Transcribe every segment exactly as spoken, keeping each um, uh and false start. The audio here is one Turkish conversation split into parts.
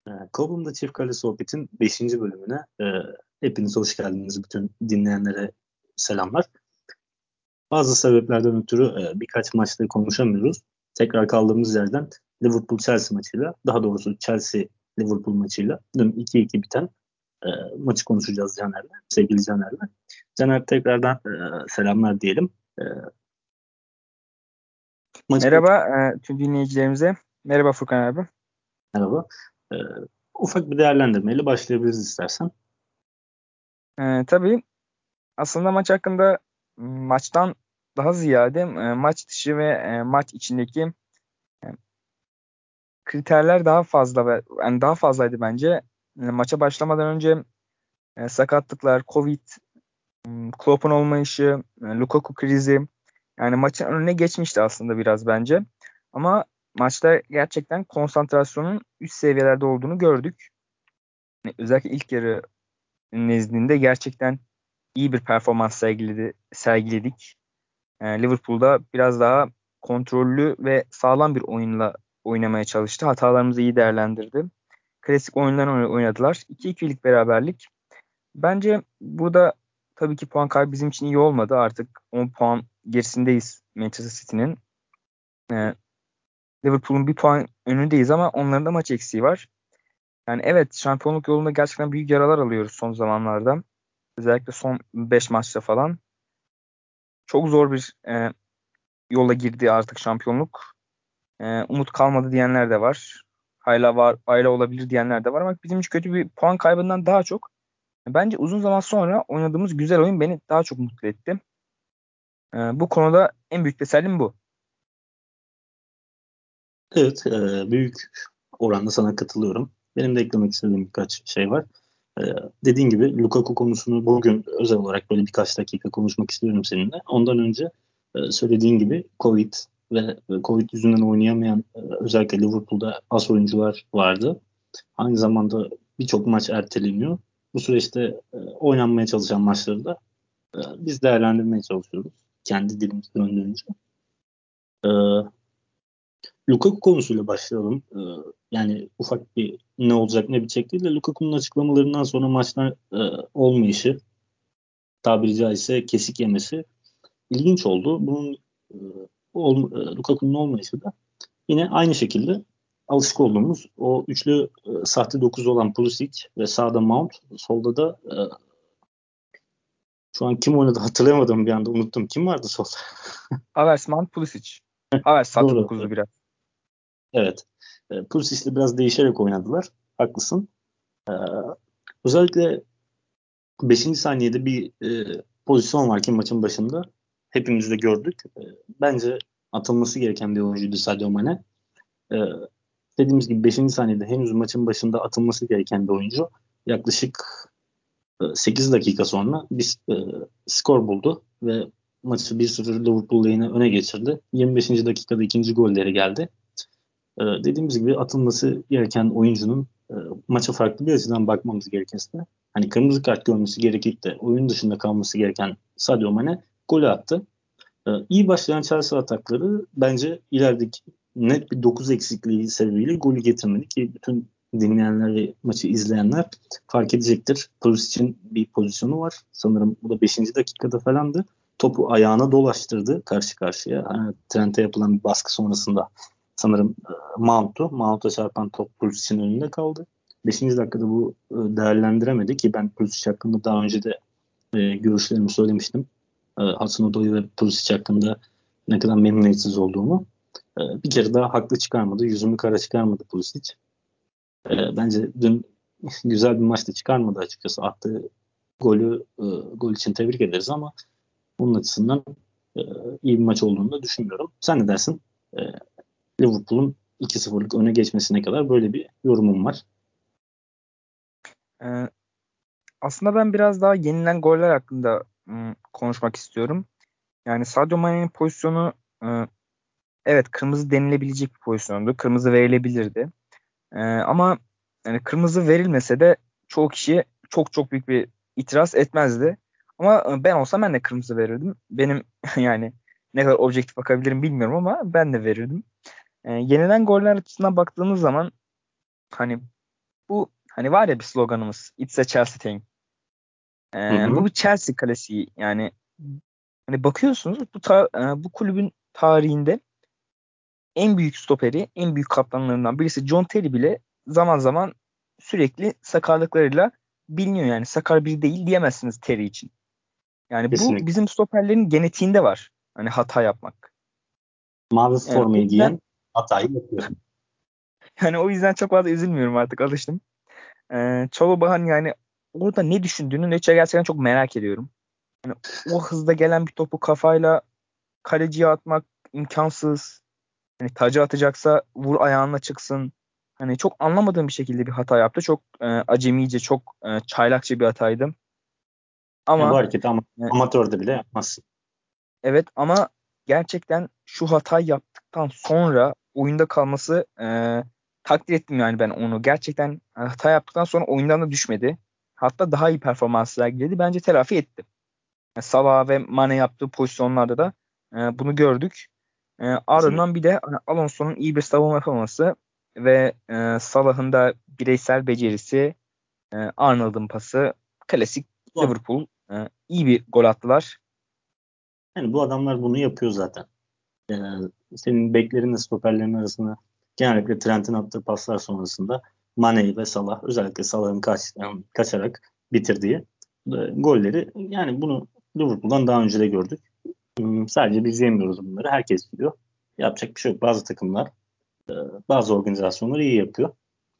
E, Kolum'da Çift Kale Sohbet'in beşinci bölümüne e, hepiniz hoş geldiniz. Bütün dinleyenlere selamlar. Bazı sebeplerden ötürü e, birkaç maçta konuşamıyoruz. Tekrar kaldığımız yerden Liverpool-Chelsea maçıyla, daha doğrusu Chelsea-Liverpool maçıyla dün iki iki biten e, maçı konuşacağız Caner'le, sevgili Caner'le. Caner tekrardan e, selamlar diyelim. E, maçı Merhaba e, tüm dinleyicilerimize. Merhaba Furkan abi. Merhaba. E, ufak bir değerlendirmeyle başlayabiliriz istersen. E, tabii aslında maç hakkında m, maçtan daha ziyade e, maç dışı ve e, maç içindeki e, kriterler daha fazla ve yani daha fazlaydı bence. E, maça başlamadan önce e, sakatlıklar, Covid, m, Klopp'un olmayışı, e, Lukaku krizi yani maçın önüne geçmişti aslında biraz bence. Ama maçta gerçekten konsantrasyonun üst seviyelerde olduğunu gördük. Yani özellikle ilk yarı nezdinde gerçekten iyi bir performans sergiledi, sergiledik. E, Liverpool'da biraz daha kontrollü ve sağlam bir oyunla oynamaya çalıştı. Hatalarımızı iyi değerlendirdi. Klasik oyunlar oynadılar. iki ikilik beraberlik. Bence burada tabii ki puan kaybı bizim için iyi olmadı. Artık on puan gerisindeyiz Manchester City'nin. E, Liverpool'un bir puan önündeyiz ama onların da maç eksiği var. Yani evet, şampiyonluk yolunda gerçekten büyük yaralar alıyoruz son zamanlarda. Özellikle son beş maçta falan. Çok zor bir e, yola girdi artık şampiyonluk. E, umut kalmadı diyenler de var. Hala var, hala olabilir diyenler de var ama bizim için kötü bir puan kaybından daha çok. Bence uzun zaman sonra oynadığımız güzel oyun beni daha çok mutlu etti. E, bu konuda en büyük tesellim bu. Evet, e, büyük oranda sana katılıyorum. Benim de eklemek istediğim birkaç şey var. E, dediğin gibi Lukaku konusunu bugün özel olarak böyle birkaç dakika konuşmak istiyorum seninle. Ondan önce e, söylediğin gibi Covid ve e, Covid yüzünden oynayamayan e, özellikle Liverpool'da az oyuncular vardı. Aynı zamanda birçok maç erteleniyor. Bu süreçte e, oynanmaya çalışan maçları da e, biz değerlendirmeye çalışıyoruz. Kendi dilimizi döndürünce. E, Lukaku konusuyla başlayalım. Ee, yani ufak bir ne olacak ne bitecek değil de Lukaku'nun açıklamalarından sonra maçlar e, olmayışı, tabiri caizse kesik yemesi ilginç oldu. Bunun e, ol, e, Lukaku'nun olmayışı da yine aynı şekilde alışık olduğumuz o üçlü e, sahte dokuz olan Pulisic ve sağda Mount, solda da e, şu an kim oynadı hatırlayamadım, bir anda unuttum. Kim vardı solda? Havertz, Mount, Pulisic. Havertz sattı Doğru. dokuzu biraz. Evet. E, Pulisic'le biraz değişerek oynadılar. Haklısın. E, özellikle beşinci saniyede bir e, pozisyon varken maçın başında hepimiz de gördük. E, bence atılması gereken bir oyuncuydu Sadio Mane. E, dediğimiz gibi beşinci saniyede henüz maçın başında atılması gereken bir oyuncu. Yaklaşık e, sekiz dakika sonra bir e, skor buldu ve maçı bir sıfır Liverpool lehine öne geçirdi. yirmi beşinci dakikada ikinci golleri geldi. E, dediğimiz gibi atılması gereken oyuncunun e, maça farklı bir açıdan bakmamız gerekirse, hani kırmızı kart görmesi gerekip de oyun dışında kalması gereken Sadio Mane golü attı. E, iyi başlayan Chelsea atakları bence ilerideki net bir dokuz eksikliği sebebiyle golü getirmedi ki bütün dinleyenler ve maçı izleyenler fark edecektir. Pulisic'in bir pozisyonu var. Sanırım bu da beşinci dakikada falandı. Topu ayağına dolaştırdı karşı karşıya. Yani Trent'e yapılan bir baskı sonrasında sanırım e, Mount'u. Mount'a çarpan top Pulisic'in önünde kaldı. Beşinci dakikada bu e, değerlendiremedi ki ben Pulisic hakkında daha önce de e, görüşlerimi söylemiştim. E, Hudson-Odoi ve Pulisic hakkında ne kadar memnuniyetsiz olduğumu. E, bir kere daha haklı çıkarmadı. Yüzümü kara çıkarmadı Pulisic. E, bence dün güzel bir maçta çıkarmadı açıkçası. Attığı golü e, gol için tebrik ederiz ama bunun açısından e, iyi bir maç olduğunu da düşünmüyorum. Sen ne dersin? E, Liverpool'un iki sıfırlık öne geçmesine kadar böyle bir yorumum var. E, Aslında ben biraz daha yenilen goller hakkında m, konuşmak istiyorum. Yani Sadio Mane'nin pozisyonu e, evet, kırmızı denilebilecek bir pozisyondu. Kırmızı verilebilirdi. Ee, ama yani kırmızı verilmese de çoğu kişi çok çok büyük bir itiraz etmezdi. Ama e, ben olsam ben de kırmızı verirdim. Benim yani ne kadar objektif bakabilirim bilmiyorum ama ben de verirdim. Ee, yenilen goller açısından baktığımız zaman hani Bu hani var ya bir sloganımız. It's a Chelsea thing. Ee, Hı hı. bu bir Chelsea klasiği. Yani hani bakıyorsunuz bu ta- e, bu kulübün tarihinde en büyük stoperi, en büyük kaptanlarından birisi John Terry bile zaman zaman sürekli sakarlıklarıyla biliniyor. Yani sakar biri değil diyemezsiniz Terry için. Yani bu Kesinlikle. bizim stoperlerin genetiğinde var. Hani hata yapmak. Mavi Yani o formayı yüzden giyen hatayı yapıyor. yani o yüzden çok fazla üzülmüyorum artık alıştım. Ee, Çolobah'ın yani orada ne düşündüğünü Neçe gerçekten çok merak ediyorum. Yani o hızda gelen bir topu kafayla kaleciye atmak imkansız. Hani tacı atacaksa vur ayağınla çıksın. Hani çok anlamadığım bir şekilde bir hata yaptı. Çok e, acemice, çok e, çaylakça bir hataydı. Yani bu Ama hareketi ama e, amatörde bile yapmazsın. evet ama gerçekten şu hatayı yaptıktan sonra oyunda kalması e, takdir ettim yani ben onu. Gerçekten e, hata yaptıktan sonra oyundan da düşmedi. Hatta daha iyi performans sergiledi. Bence telafi etti. Yani Salah ve Mane yaptığı pozisyonlarda da e, bunu gördük. E, Kesinlikle. ardından bir de hani, Alonso'nun iyi bir savunma yapamaması ve e, Salah'ın da bireysel becerisi, e, Arnold'un pası, klasik Bu, Liverpool e, iyi bir gol attılar. yani bu adamlar bunu yapıyor zaten. Ee, senin beklerinle stoperlerin arasında genellikle Trent'in attığı paslar sonrasında Mane ve Salah, özellikle Salah'ın kaç, yani kaçarak bitirdiği e, golleri, yani bunu Liverpool'dan daha önce de gördük. Hmm, sadece biz yemiyoruz bunları. Herkes biliyor. Yapacak bir şey yok. Bazı takımlar, e, bazı organizasyonlar iyi yapıyor.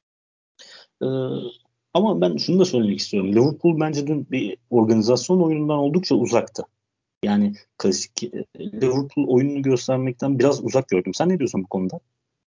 E, ama ben şunu da söylemek istiyorum. Liverpool bence dün bir organizasyon oyunundan oldukça uzaktı. Yani klasik e, Liverpool oyununu göstermekten biraz uzak gördüm. Sen ne diyorsun bu konuda?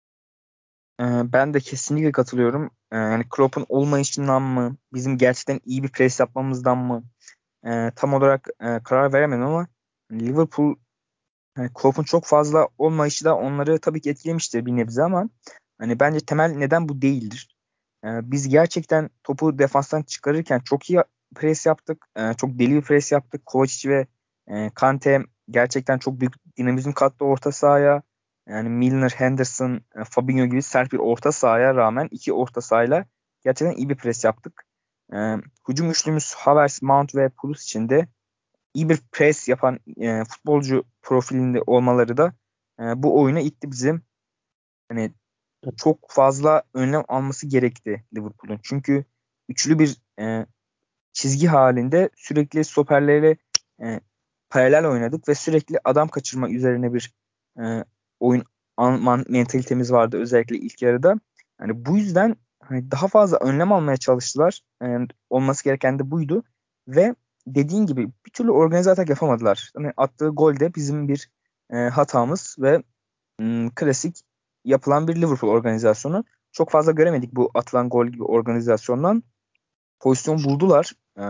E, ben de kesinlikle katılıyorum. E, yani Klopp'un olmayışından mı, bizim gerçekten iyi bir pres yapmamızdan mı e, tam olarak e, karar veremedim ama Liverpool yani Klopp'un çok fazla olmayışı da onları tabii ki etkilemiştir bir nebze ama hani bence temel neden bu değildir. Ee, biz gerçekten topu defanstan çıkarırken çok iyi pres yaptık. Ee, çok deli bir pres yaptık. Kovacic ve e, Kante gerçekten çok büyük dinamizm kattı orta sahaya. Yani Milner, Henderson, e, Fabinho gibi sert bir orta sahaya rağmen iki orta sahayla gerçekten iyi bir pres yaptık. Ee, hücum üçlümüz Havertz, Mount ve Pulisic için de iyi bir pres yapan e, futbolcu profilinde olmaları da e, bu oyuna itti bizim. Hani çok fazla önlem alması gerekti Liverpool'un. Çünkü üçlü bir e, çizgi halinde sürekli stoperlere e, paralel oynadık ve sürekli adam kaçırma üzerine bir e, oyun alman mentalitemiz vardı özellikle ilk yarıda. Yani bu yüzden hani daha fazla önlem almaya çalıştılar. E, olması gereken de buydu ve dediğin gibi bir türlü organize atak yapamadılar. Yani attığı gol de bizim bir e, hatamız ve m, klasik yapılan bir Liverpool organizasyonu. Çok fazla göremedik bu atılan gol gibi organizasyondan. Pozisyon buldular. E,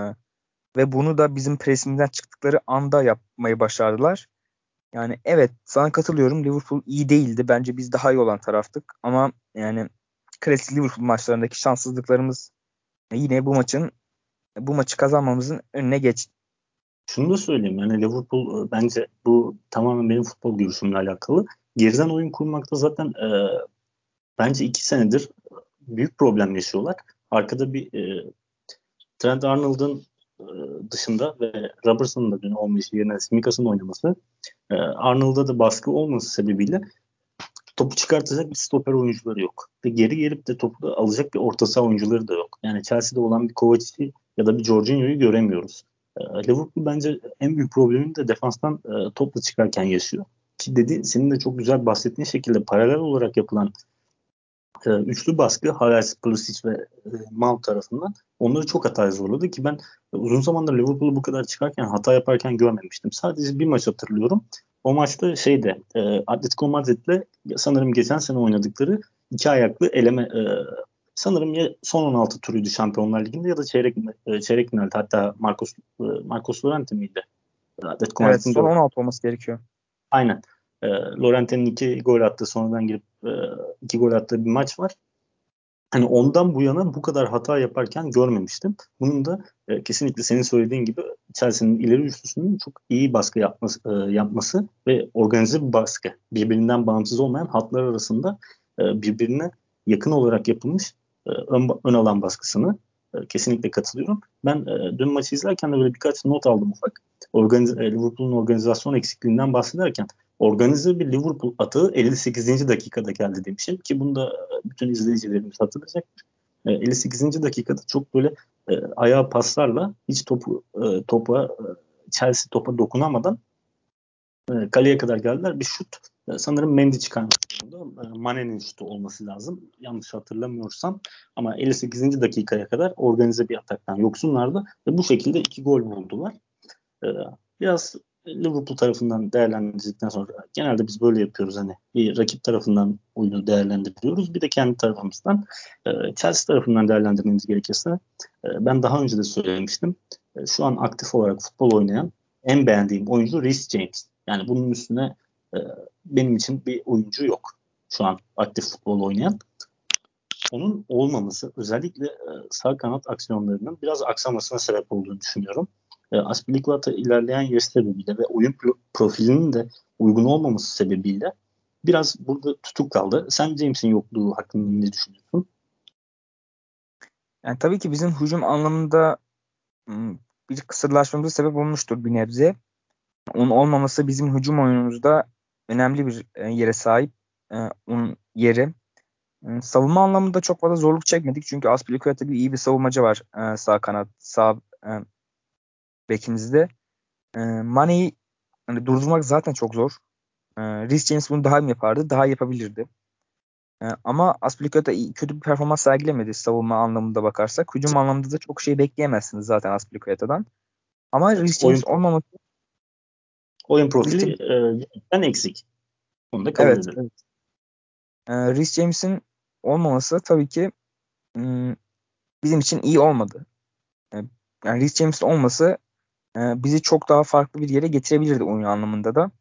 ve bunu da bizim presimizden çıktıkları anda yapmayı başardılar. Yani evet sana katılıyorum. Liverpool iyi değildi. Bence biz daha iyi olan taraftık. Ama yani klasik Liverpool maçlarındaki şanssızlıklarımız yine bu maçın bu maçı kazanmamızın önüne geçti. Şunu da söyleyeyim. Yani Liverpool, e, bence bu tamamen benim futbol görüşümle alakalı. Geriden oyun kurmakta zaten e, bence iki senedir büyük problem yaşıyorlar. Arkada bir e, Trent Arnold'un e, dışında ve Robertson'ın da dün olmayışı yerine Simicas'ın oynaması, e, Arnold'da da baskı olması sebebiyle topu çıkartacak bir stoper oyuncuları yok. Ve geri gelip de topu da alacak bir orta saha oyuncuları da yok. Yani Chelsea'de olan bir Kovacic'i ya da bir Jorginho'yu göremiyoruz. E, Liverpool bence en büyük problemini de defanstan e, topla çıkarken yaşıyor. Ki dedi, senin de çok güzel bahsettiğin şekilde paralel olarak yapılan e, üçlü baskı Havertz, Pulisic ve e, Mount tarafından onları çok hataya zorladı ki ben e, uzun zamandır Liverpool'u bu kadar çıkarken, hata yaparken görmemiştim. Sadece bir maç hatırlıyorum. O maçta şeyde e, Atletico Madrid'le sanırım geçen sene oynadıkları iki ayaklı eleme, e, sanırım ya son on altı turuydu Şampiyonlar Ligi'nde ya da çeyrek e, çeyrek finalde, hatta Marcos e, Marcos Llorente miydi? Atletico Evet Madrid'in son dört. on altı olması gerekiyor. Aynen. E, Llorente'nin iki gol attığı, sonradan girip e, iki gol attığı bir maç var. Hani ondan bu yana bu kadar hata yaparken görmemiştim. Bunun da e, kesinlikle senin söylediğin gibi Chelsea'nin ileri üçlüsünün çok iyi baskı yapması, e, yapması ve organize bir baskı. Birbirinden bağımsız olmayan hatlar arasında e, birbirine yakın olarak yapılmış e, ön, ön alan baskısını. E, kesinlikle katılıyorum. Ben e, dün maçı izlerken de böyle birkaç not aldım ufak. Organiz- e, Liverpool'un organizasyon eksikliğinden bahsederken organize bir Liverpool atağı elli sekizinci dakikada geldi demişim ki bunu da e, bütün izleyicilerimiz hatırlayacak. E, elli sekizinci dakikada çok böyle e, ayağı paslarla hiç topu e, topa e, Chelsea topa dokunamadan e, kaleye kadar geldiler. Bir şut e, sanırım Mendy çıkarmış durumda. E, Mane'nin şutu olması lazım. Yanlış hatırlamıyorsam. Ama elli sekizinci dakikaya kadar organize bir ataktan yoksunlardı. Ve bu şekilde iki gol buldular. E, biraz Liverpool tarafından değerlendirdikten sonra genelde biz böyle yapıyoruz, hani bir rakip tarafından oyunu değerlendiriyoruz, bir de kendi tarafımızdan. E, Chelsea tarafından değerlendirmemiz gerekirse e, ben daha önce de söylemiştim. E, şu an aktif olarak futbol oynayan en beğendiğim oyuncu Reece James. Yani bunun üstüne e, benim için bir oyuncu yok. Şu an aktif futbol oynayan. Onun olmaması özellikle e, sağ kanat aksiyonlarının biraz aksamasına sebep olduğunu düşünüyorum. E, Aspilicueta ilerleyen yaş sebebiyle ve oyun pro- profilinin de uygun olmaması sebebiyle biraz burada tutuk kaldı. Sen James'in yokluğu hakkında ne düşünüyorsun? Yani tabii ki bizim hücum anlamında hmm, bir kısırlaşmamıza sebep olmuştur bir nebze. Onun olmaması bizim hücum oyunumuzda önemli bir e, yere sahip. E, onun yeri. E, savunma anlamında çok fazla zorluk çekmedik. Çünkü Azpilicueta gibi iyi bir savunmacı var e, sağ kanat, sağ e, bekimizde. E, Mane'yi hani durdurmak zaten çok zor. E, Reece James bunu daha iyi yapardı, daha iyi yapabilirdi. E, ama Azpilicueta iyi- kötü bir performans sergilemedi savunma anlamında bakarsak. Hücum anlamında da çok şey bekleyemezsiniz zaten Azpilicueta'dan. Ama Evet, Reece oyun James olmaması oyun Reece profili James- e, ben eksik. Onu da kabul evet, ederim. evet. E, Reece James'in olmaması tabii ki hmm, bizim için iyi olmadı. E, yani Reece James'in olması e, bizi çok daha farklı bir yere getirebilirdi oyun anlamında da.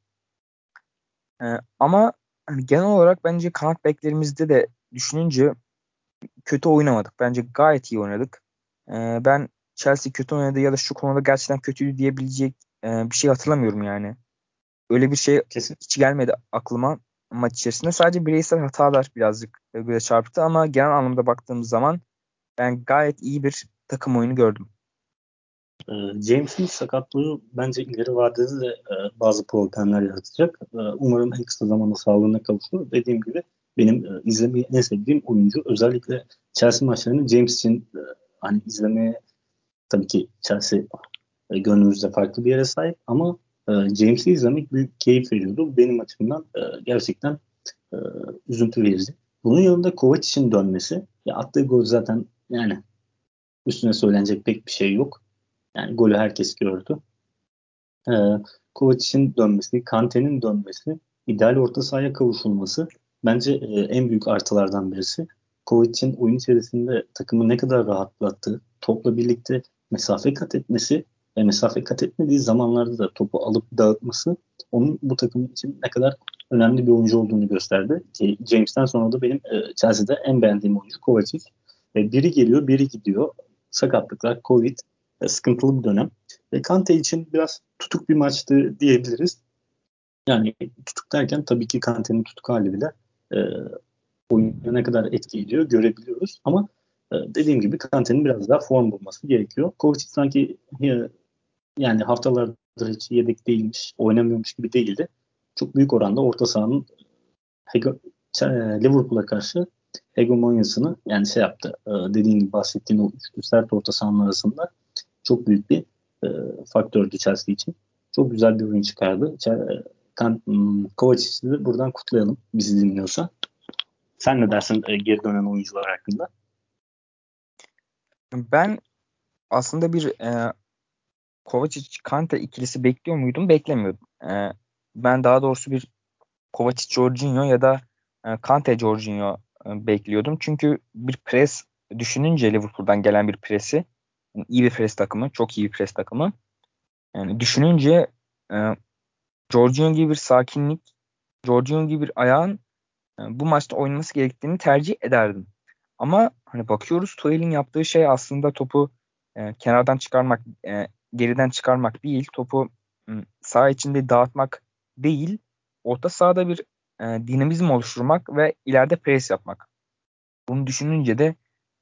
E, ama hani genel olarak bence kanat beklerimizde de düşününce kötü oynamadık. Bence gayet iyi oynadık. E, ben Chelsea kötü oynadı ya da şu konuda gerçekten kötüydü diyebilecek e, bir şey hatırlamıyorum yani. Öyle bir şey Kesin. hiç gelmedi aklıma maç içerisinde. Sadece bireysel hatalar birazcık göze çarptı ama genel anlamda baktığımız zaman ben gayet iyi bir takım oyunu gördüm. E, James'in sakatlığı bence ileri vadede de e, bazı problemler yaratacak. E, umarım en kısa zamanda sağlığına kavuşur. Dediğim gibi benim e, izlemeyi en sevdiğim oyuncu. Özellikle Chelsea maçlarını James için e, hani izlemeye, tabii ki Chelsea e, gönlümüzde farklı bir yere sahip ama e, James'i izlemek büyük keyif veriyordu. Benim açımdan e, gerçekten e, üzüntü verici. Bunun yanında Kovacic'in dönmesi. Ya attığı gol zaten, yani üstüne söylenecek pek bir şey yok. Yani golü herkes gördü. E, Kovacic'in dönmesi, Kante'nin dönmesi, ideal orta sahaya kavuşulması bence e, en büyük artılardan birisi. Kovacic'in oyun içerisinde takımı ne kadar rahatlattı, topla birlikte mesafe kat etmesi ve mesafe kat etmediği zamanlarda da topu alıp dağıtması onun bu takım için ne kadar önemli bir oyuncu olduğunu gösterdi. Ki James'ten sonra da benim e, Chelsea'de en beğendiğim oyuncu Kovacic. E, biri geliyor, biri gidiyor. Sakatlıklar, Covid, e, sıkıntılı bir dönem. E, Kante için biraz tutuk bir maçtı diyebiliriz. Yani tutuk derken tabii ki Kante'nin tutuk hali bile e, oyuna ne kadar etki ediyor görebiliyoruz. Ama e, dediğim gibi Kante'nin biraz daha form bulması gerekiyor. Kovacic sanki e, yani haftalardır hiç yedek değilmiş, oynamıyormuş gibi değildi. Çok büyük oranda orta sahanın hege- e, Liverpool'a karşı hegemonyasını yani şey yaptı. E, dediğim gibi bahsettiğim o üçlü sert orta sahanın arasında çok büyük bir e, faktördü Chelsea için. Çok güzel bir oyun çıkardı. Ç- Kan, hmm, Kovacic'i de buradan kutlayalım bizi dinliyorsa. Sen ne dersin e, geri dönen oyuncular hakkında? Ben aslında bir e, Kovacic-Kante ikilisi bekliyor muydum? Beklemiyordum. E, ben daha doğrusu bir Kovacic-Jorginho ya da e, Kante-Jorginho e, bekliyordum. Çünkü bir pres düşününce Liverpool'dan gelen bir presi, yani iyi bir pres takımı, çok iyi bir pres takımı. Yani düşününce e, Jorginho gibi bir sakinlik, Jorginho gibi bir ayağın e, bu maçta oynaması gerektiğini tercih ederdim. Ama hani bakıyoruz Tuchel'in yaptığı şey aslında topu e, kenardan çıkarmak, e, geriden çıkarmak değil, topu m, saha içinde dağıtmak değil, orta sahada bir e, dinamizm oluşturmak ve ileride pres yapmak. Bunu düşününce de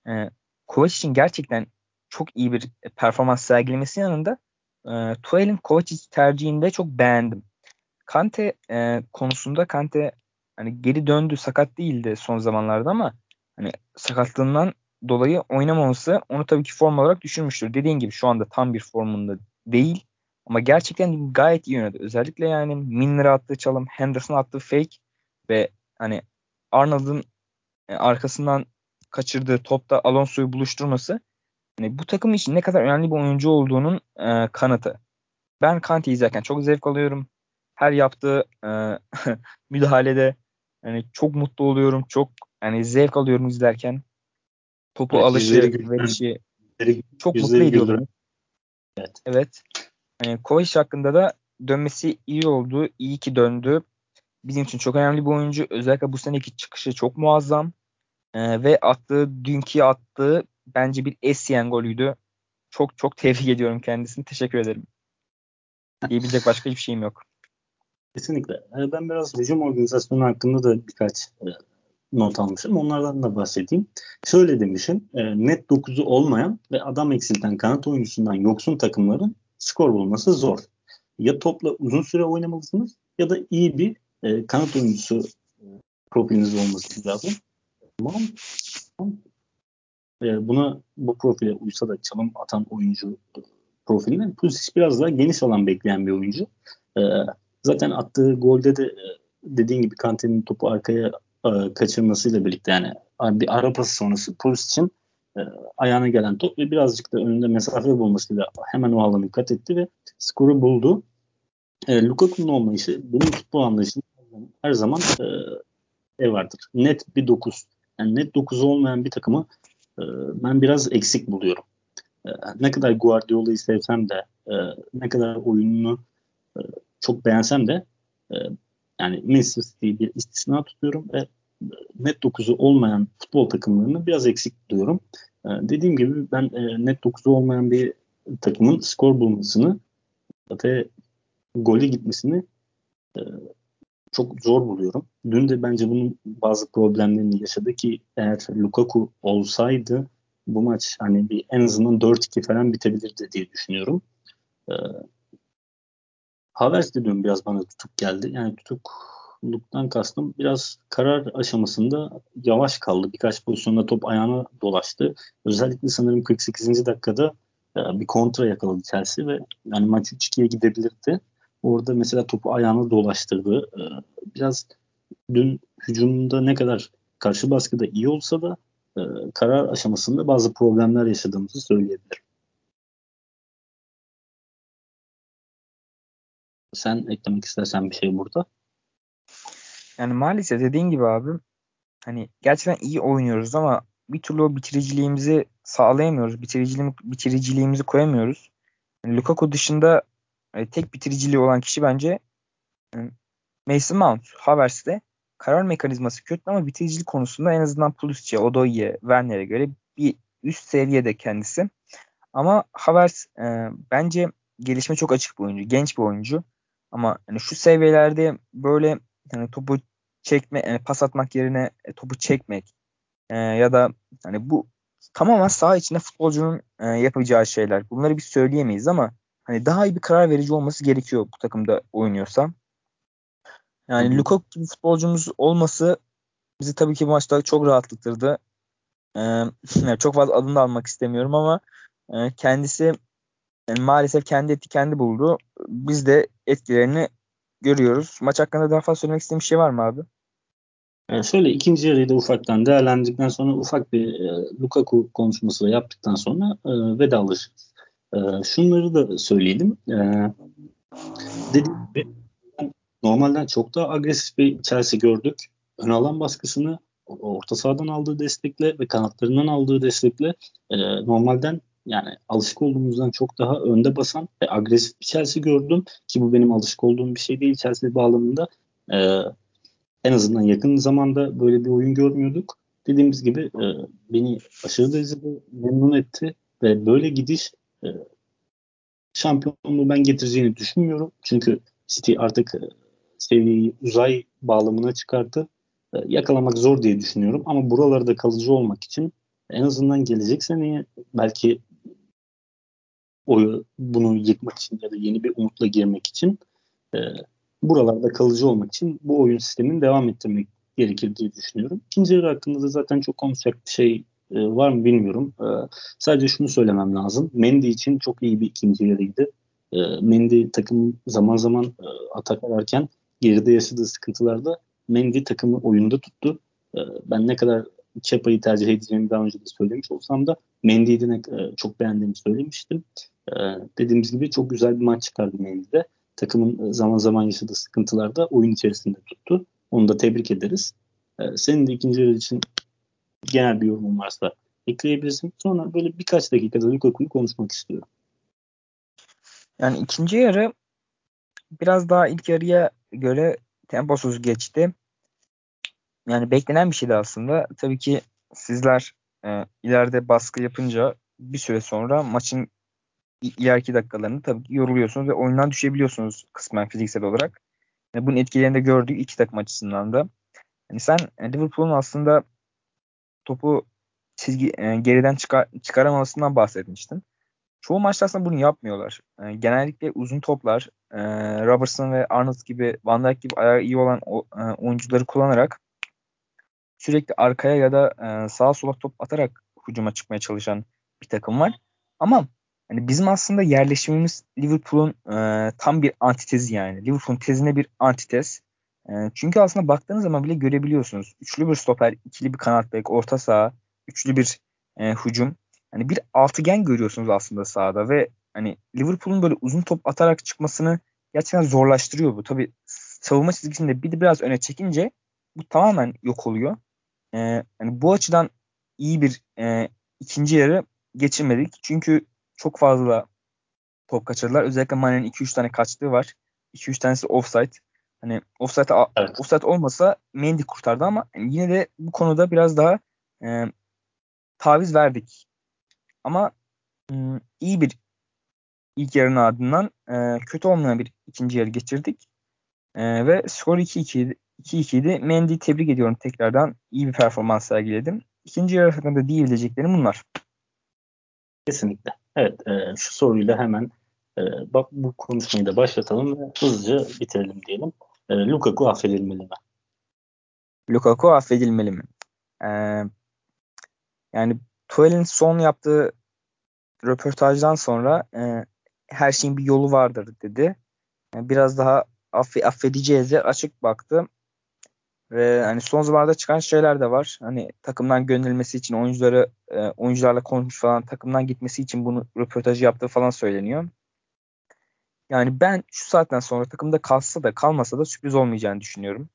e, Kovacic'in gerçekten çok iyi bir performans sergilemesi yanında e, Tuchel'in Kovacic tercihini de çok beğendim. Kante e, konusunda Kante hani geri döndü, sakat değildi son zamanlarda ama hani sakatlığından dolayı oynamaması onu tabii ki form olarak düşürmüştür. Dediğin gibi şu anda tam bir formunda değil ama gerçekten gayet iyi oynadı. Özellikle yani Milner'a attığı çalım, Henderson'a attığı fake ve hani Arnold'un e, arkasından kaçırdığı topta Alonso'yu buluşturması hani bu takım için ne kadar önemli bir oyuncu olduğunun e, kanıtı. Ben Kante'yi izlerken çok zevk alıyorum. Her yaptığı e, müdahalede yani çok mutlu oluyorum. Çok yani zevk alıyorum izlerken. Topu Evet, yüzleri alışı, güldüren, verişi yüzleri, çok mutlu yüzleri ediyor güldüren. beni. Evet. Evet. E, Kovacic hakkında da dönmesi iyi oldu. İyi ki döndü. Bizim için çok önemli bir oyuncu. Özellikle bu seneki çıkışı çok muazzam. E, ve attığı, dünkü attığı bence bir Essien golüydü. Çok çok tebrik ediyorum kendisini. Teşekkür ederim. Diyebilecek başka hiçbir şeyim yok. Kesinlikle. E, Ben biraz hücum organizasyonu hakkında da birkaç e, not almışım. Onlardan da bahsedeyim. Şöyle demişim. E, net dokuzu olmayan ve adam eksilten kanat oyuncusundan yoksun takımların skor bulması zor. Ya topla uzun süre oynamalısınız ya da iyi bir e, kanat oyuncusu e, profiliniz olması lazım. Mount, e, buna bu profile uysa da çalım atan oyuncu e, profiline Pulisic biraz daha geniş alan bekleyen bir oyuncu. E, zaten attığı golde de e, dediğin gibi Kante'nin topu arkaya e, kaçırmasıyla birlikte yani bir ara pası sonrası Pulisic'in e, ayağına gelen top ve birazcık da önünde mesafe bulmasıyla hemen o alanı kat etti ve skoru buldu. E, Lukaku'nun olmayışı benim futbol anlayışım her zaman e, şey vardır. Net bir dokuz. Yani net dokuz olmayan bir takımı e, ben biraz eksik buluyorum. E, ne kadar Guardiola'yı sevsem de e, ne kadar oyununu e, çok beğensem de e, yani Manchester City'yi bir istisna tutuyorum ve e, net dokuzu olmayan futbol takımlarını biraz eksik buluyorum. E, dediğim gibi ben e, net dokuzu olmayan bir takımın skor bulmasını ve gole gitmesini e, çok zor buluyorum. Dün de bence bunun bazı problemlerini yaşadı ki eğer Lukaku olsaydı bu maç hani bir en azından dört iki falan bitebilirdi diye düşünüyorum. Ee, Havertz de dün biraz bana tutuk geldi. Yani tutukluktan kastım biraz karar aşamasında yavaş kaldı. Birkaç pozisyonda top ayağına dolaştı. Özellikle sanırım kırk sekizinci dakikada e, bir kontra yakaladı Chelsea ve yani maç üç ikiye gidebilirdi. Orada mesela topu ayağına dolaştırdı. Ee, biraz dün hücumda ne kadar karşı baskıda iyi olsa da e, karar aşamasında bazı problemler yaşadığımızı söyleyebilirim. Sen eklemek istersen bir şey burada. Yani maalesef dediğin gibi abi hani gerçekten iyi oynuyoruz ama bir türlü o bitiriciliğimizi sağlayamıyoruz. Bitiriciliğimi, bitiriciliğimizi koyamıyoruz. Yani Lukaku dışında e, tek bitiriciliği olan kişi bence e, Mason Mount. Havertz'te karar mekanizması kötü ama bitiricilik konusunda en azından Pulisic'e, Odoi'ye, Werner'e göre bir üst seviyede kendisi. Ama Havertz e, bence gelişme çok açık bir oyuncu. Genç bir oyuncu. Ama hani şu seviyelerde böyle hani topu çekme, e, pas atmak yerine e, topu çekmek e, ya da hani bu tamamen saha içinde futbolcunun e, yapacağı şeyler. Bunları biz söyleyemeyiz ama hani daha iyi bir karar verici olması gerekiyor bu takımda oynuyorsa. Hı Yani hı. Lukaku gibi futbolcumuz olması bizi tabii ki bu maçta çok rahatlatırdı. E, yani çok fazla adını da almak istemiyorum ama e, kendisi yani maalesef kendi etti kendi buldu. Biz de etkilerini görüyoruz. Maç hakkında daha fazla söylemek istediğim bir şey var mı abi? Yani şöyle ikinci yarıyı da ufaktan değerlendirdikten sonra ufak bir e, Lukaku konuşması da yaptıktan sonra e, vedalaşırız. E, şunları da söyleyelim. E, dediğim gibi normalden çok daha agresif bir Chelsea gördük. Ön alan baskısını orta sahadan aldığı destekle ve kanatlarından aldığı destekle e, normalden yani alışık olduğumuzdan çok daha önde basan ve agresif bir Chelsea gördüm ki bu benim alışık olduğum bir şey değil Chelsea bağlamında. E, en azından yakın zamanda böyle bir oyun görmüyorduk. Dediğimiz gibi e, beni aşırı derecede memnun etti ve böyle gidiş e, şampiyonluğu ben getireceğini düşünmüyorum. Çünkü City artık e, seviyeyi uzay bağlamına çıkarttı. E, yakalamak zor diye düşünüyorum ama buralarda kalıcı olmak için En azından gelecek seneye belki oyu bunu yıkmak için ya da yeni bir umutla girmek için e, buralarda kalıcı olmak için bu oyun sistemini devam ettirmek gerekir diye düşünüyorum. İkinci yarı hakkında da zaten çok konuşacak bir şey e, var mı bilmiyorum. E, sadece şunu söylemem lazım. Mendy için çok iyi bir ikinci yarıydı. E, Mendy takım zaman zaman e, atak ararken geride yaşadığı sıkıntılarda Mendy takımı oyunda tuttu. E, ben ne kadar Kepa'yı tercih edeceğimi daha önce de söylemiş olsam da Mendy'yi de ne- e, çok beğendiğimi söylemiştim. E, dediğimiz gibi çok güzel bir maç çıkardı Mendy'de. Takımın zaman zaman yaşadığı sıkıntılarda oyun içerisinde tuttu. Onu da tebrik ederiz. Ee, senin de ikinci yarı için genel bir yorumun varsa ekleyebilirsin. Sonra böyle birkaç dakikada Lukaku'yu konuşmak istiyorum. Yani ikinci yarı biraz daha ilk yarıya göre temposuz geçti. Yani beklenen bir şeydi aslında. Tabii ki sizler e, ileride baskı yapınca bir süre sonra maçın i- ileriki dakikalarında tabii ki yoruluyorsunuz ve oyundan düşebiliyorsunuz kısmen fiziksel olarak. E, bunun etkilerini de gördük iki takım açısından da. Yani sen e, Liverpool'un aslında topu çizgi e, geriden çıkar, çıkaramamasından bahsetmiştin. Çoğu maçta aslında bunu yapmıyorlar. E, genellikle uzun toplar, e, Robertson ve Arnold gibi, Van Dijk gibi ayağı iyi olan o, e, oyuncuları kullanarak sürekli arkaya ya da e, sağa sola top atarak hücuma çıkmaya çalışan bir takım var. Ama hani bizim aslında yerleşimimiz Liverpool'un e, tam bir antitezi yani. Liverpool'un tezine bir antites. E, çünkü aslında baktığınız zaman bile görebiliyorsunuz. Üçlü bir stoper, ikili bir kanat bek, orta saha, üçlü bir e, hücum. Hani bir altıgen görüyorsunuz aslında sahada ve hani Liverpool'un böyle uzun top atarak çıkmasını gerçekten zorlaştırıyor bu. Tabii savunma çizgisinde bir de biraz öne çekince bu tamamen yok oluyor. Ee, yani bu açıdan iyi bir e, ikinci yarı geçirmedik. Çünkü çok fazla top kaçırdılar. Özellikle Mane'nin iki üç tane kaçtığı var. iki üç tanesi offside. Hani offside, Evet. offside olmasa Mendy kurtardı ama yani yine de bu konuda biraz daha e, taviz verdik. Ama m, iyi bir ilk yarının ardından e, kötü olmayan bir ikinci yarı geçirdik. E, ve skor iki iki idi. iki iki idi. Mendy'yi tebrik ediyorum tekrardan. İyi bir performans sergiledim. İkinci yarı hakkında diyebileceklerim bunlar. Kesinlikle. Evet. E, şu soruyla hemen e, bak bu konuşmayı da başlatalım ve hızlıca bitirelim diyelim. E, Lukaku affedilmeli mi? Lukaku affedilmeli mi? Ee, yani Tuchel'in son yaptığı röportajdan sonra e, her şeyin bir yolu vardır dedi. Yani biraz daha affe, affedeceğiz de açık baktı. Ve hani son zamanlarda çıkan şeyler de var. Hani takımdan gönderilmesi için oyuncuları e, oyuncularla konuşmuş falan takımdan gitmesi için bunu röportajı yaptığı falan söyleniyor. Yani ben şu saatten sonra takımda kalsa da kalmasa da sürpriz olmayacağını düşünüyorum.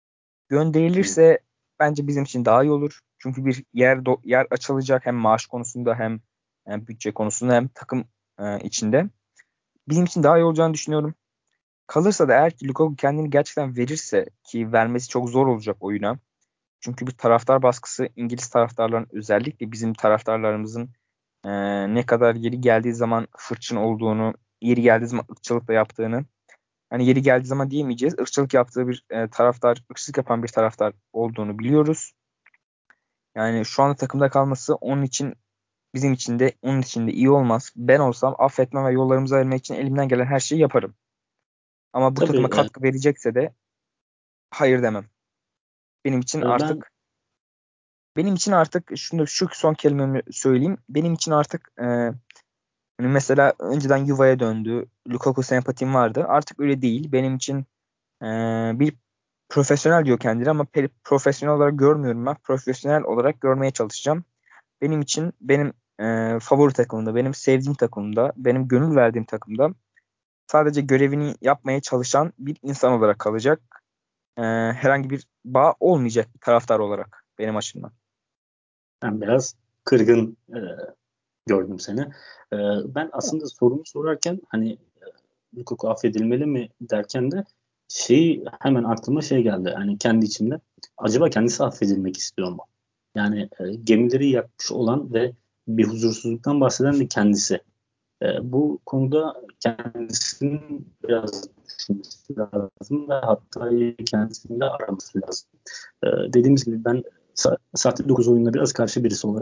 Hı. Gönderilirse bence bizim için daha iyi olur. Çünkü bir yer do- yer açılacak hem maaş konusunda hem, hem bütçe konusunda hem takım e, içinde. Bizim için daha iyi olacağını düşünüyorum. Kalırsa da eğer ki Lukaku kendini gerçekten verirse ki vermesi çok zor olacak oyuna. Çünkü bir taraftar baskısı İngiliz taraftarların özellikle bizim taraftarlarımızın e, ne kadar yeri geldiği zaman fırçın olduğunu, yeri geldiği zaman ırkçılık da yaptığını, hani yeri geldiği zaman diyemeyeceğiz. Irkçılık yaptığı bir e, taraftar, ırkçılık yapan bir taraftar olduğunu biliyoruz. Yani şu anda takımda kalması onun için bizim için de onun için de iyi olmaz. Ben olsam affetme ve yollarımızı ayırmak için elimden gelen her şeyi yaparım. Ama bu takıma Tabii e, katkı verecekse de hayır demem. Benim için ben artık benim için artık şunu şu son kelimemi söyleyeyim. Benim için artık e, hani mesela önceden Juva'ya döndü. Lukaku sempatim vardı. Artık öyle değil. Benim için e, bir profesyonel diyor kendine ama pe- profesyonel olarak görmüyorum ben. Profesyonel olarak görmeye çalışacağım. Benim için benim e, favori takımımda, benim sevdiğim takımda, benim gönül verdiğim takımda sadece görevini yapmaya çalışan bir insan olarak kalacak. E, herhangi bir bağ olmayacak bir taraftar olarak benim açımdan. ben biraz kırgın e, gördüm seni. E, ben aslında sorumu sorarken hani e, Lukaku affedilmeli mi derken de şey hemen aklıma şey geldi. Hani kendi içimde acaba kendisi affedilmek istiyor mu? Yani e, gemileri yakmış olan ve bir huzursuzluktan bahseden de kendisi. E, bu konuda kendisinin biraz düşünmesi lazım ve hatta kendisini de araması lazım. E, dediğimiz gibi ben sa- sahte dokuz oyununa biraz karşı birisi olarak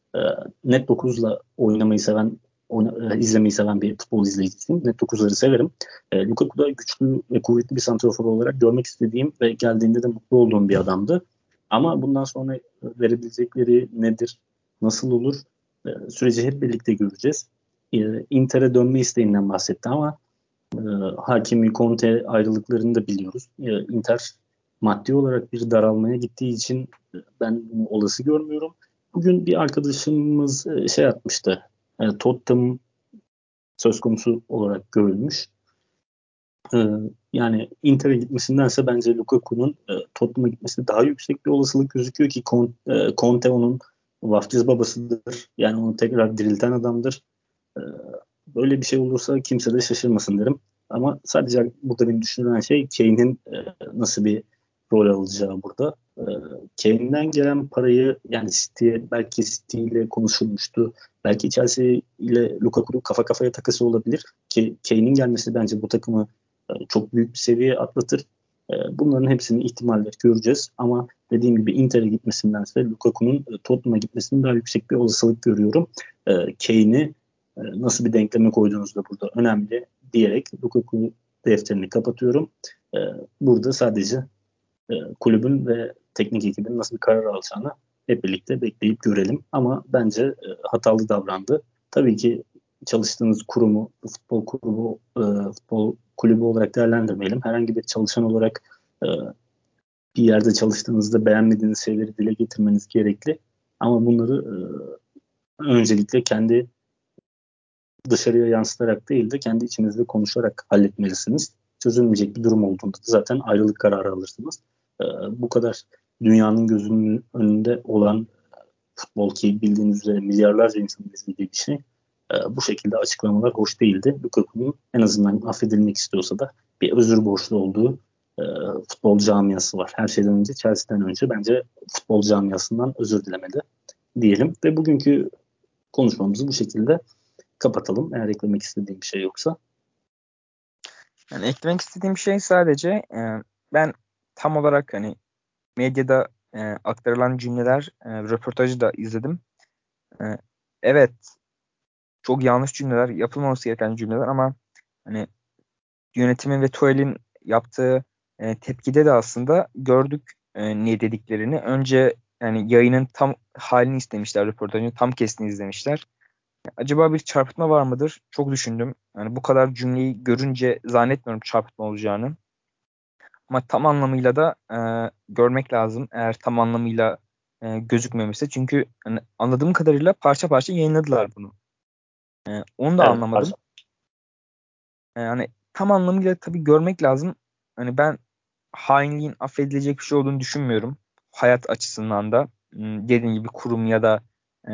e, Net dokuzla oynamayı seven, oyna, e, izlemeyi seven bir futbol izleyicisiyim. Net dokuzları severim. E, Lukaku da güçlü ve kuvvetli bir santrafor olarak görmek istediğim ve geldiğinde de mutlu olduğum bir adamdı. Ama bundan sonra verebilecekleri nedir, nasıl olur, e, süreci hep birlikte göreceğiz. E, Inter'e dönme isteğinden bahsetti ama e, Hakimi, Conte ayrılıklarını da biliyoruz. E, Inter maddi olarak bir daralmaya gittiği için e, ben bunu olası görmüyorum. Bugün bir arkadaşımız e, şey atmıştı. E, Tottenham söz konusu olarak görülmüş. E, Yani Inter'e gitmesindense bence Lukaku'nun e, Tottenham'a gitmesi daha yüksek bir olasılık gözüküyor ki Conte, e, Conte onun vaftiz babasıdır. Yani onu tekrar dirilten adamdır. E, Böyle bir şey olursa kimse de şaşırmasın derim. Ama sadece burada beni düşündüren şey Kane'in e, nasıl bir rol alacağı burada. E, Kane'den gelen parayı yani City'ye belki City ile konuşulmuştu. Belki Chelsea ile Lukaku'nun kafa kafaya takısı olabilir. Ki Kane'in gelmesi bence bu takımı e, çok büyük bir seviyeye atlatır. E, bunların hepsini ihtimaller göreceğiz. Ama dediğim gibi Inter'e gitmesindense Lukaku'nun e, Tottenham'a gitmesinin daha yüksek bir olasılık görüyorum. E, Kane'i e, nasıl bir denkleme koyduğunuz da burada önemli diyerek Lukaku defterini kapatıyorum. E, Burada sadece e, kulübün ve teknik ekibin nasıl bir karar alacağını hep birlikte bekleyip görelim. Ama bence e, hatalı davrandı. Tabii ki çalıştığınız kurumu, futbol kulübü, e, futbol kulübü olarak değerlendirmeyelim. Herhangi bir çalışan olarak e, bir yerde çalıştığınızda beğenmediğiniz şeyleri dile getirmeniz gerekli. Ama bunları e, öncelikle kendi dışarıya yansıtarak değil de kendi içinizde konuşarak halletmelisiniz. Çözülmeyecek bir durum olduğunda da zaten ayrılık kararı alırsınız. Ee, bu kadar dünyanın gözünün önünde olan futbol ki bildiğiniz üzere milyarlarca insanın izlediği bir şey. Ee, bu şekilde açıklamalar hoş değildi. Lukaku'nun en azından affedilmek istiyorsa da bir özür borçlu olduğu e, futbol camiası var. Her şeyden önce Chelsea'den önce bence futbol camiasından özür dilemeli diyelim. Ve bugünkü konuşmamızı bu şekilde kapatalım. Eğer eklemek istediğim bir şey yoksa. Yani eklemek istediğim şey sadece e, ben tam olarak hani medyada e, aktarılan cümleler, e, röportajı da izledim. E, evet, çok yanlış cümleler, yapılmaması gereken cümleler ama hani yönetimin ve Tuchel'in yaptığı e, tepkide de aslında gördük e, ne dediklerini. Önce yani yayının tam halini istemişler, röportajın tam kesini izlemişler. Acaba bir çarpıtma var mıdır? Çok düşündüm. Yani bu kadar cümleyi görünce zannetmiyorum çarpıtma olacağını. Ama tam anlamıyla da e, görmek lazım. Eğer tam anlamıyla e, gözükmemişse. Çünkü hani anladığım kadarıyla parça parça yayınladılar bunu. E, onu da Evet, anlamadım. parça. E, yani tam anlamıyla tabii görmek lazım. Hani ben hainliğin affedilecek bir şey olduğunu düşünmüyorum. Hayat açısından da. Hmm, Dediğim gibi kurum ya da e,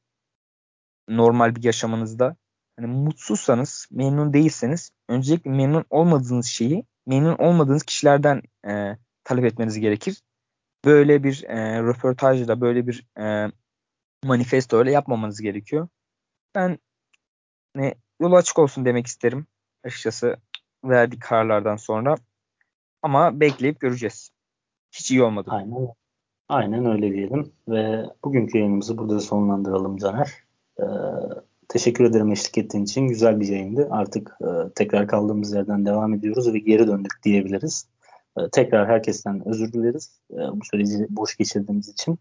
normal bir yaşamınızda hani mutsuzsanız, memnun değilseniz öncelikle memnun olmadığınız şeyi memnun olmadığınız kişilerden e, talep etmeniz gerekir. Böyle bir e, röportajla, böyle bir e, manifesto öyle yapmamanız gerekiyor. Ben ne yolu açık olsun demek isterim açıkçası verdiği kararlardan sonra. Ama bekleyip göreceğiz. Hiç iyi olmadı. Aynen, aynen öyle diyelim. Ve bugünkü yayınımızı burada sonlandıralım Caner. Ee, Teşekkür ederim eşlik ettiğin için. Güzel bir yayındı. Artık e, tekrar kaldığımız yerden devam ediyoruz ve geri döndük diyebiliriz. Ee, tekrar herkesten özür dileriz. Ee, bu süreci boş geçirdiğimiz için.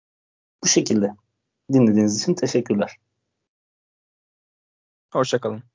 Bu şekilde dinlediğiniz için teşekkürler. Hoşça kalın.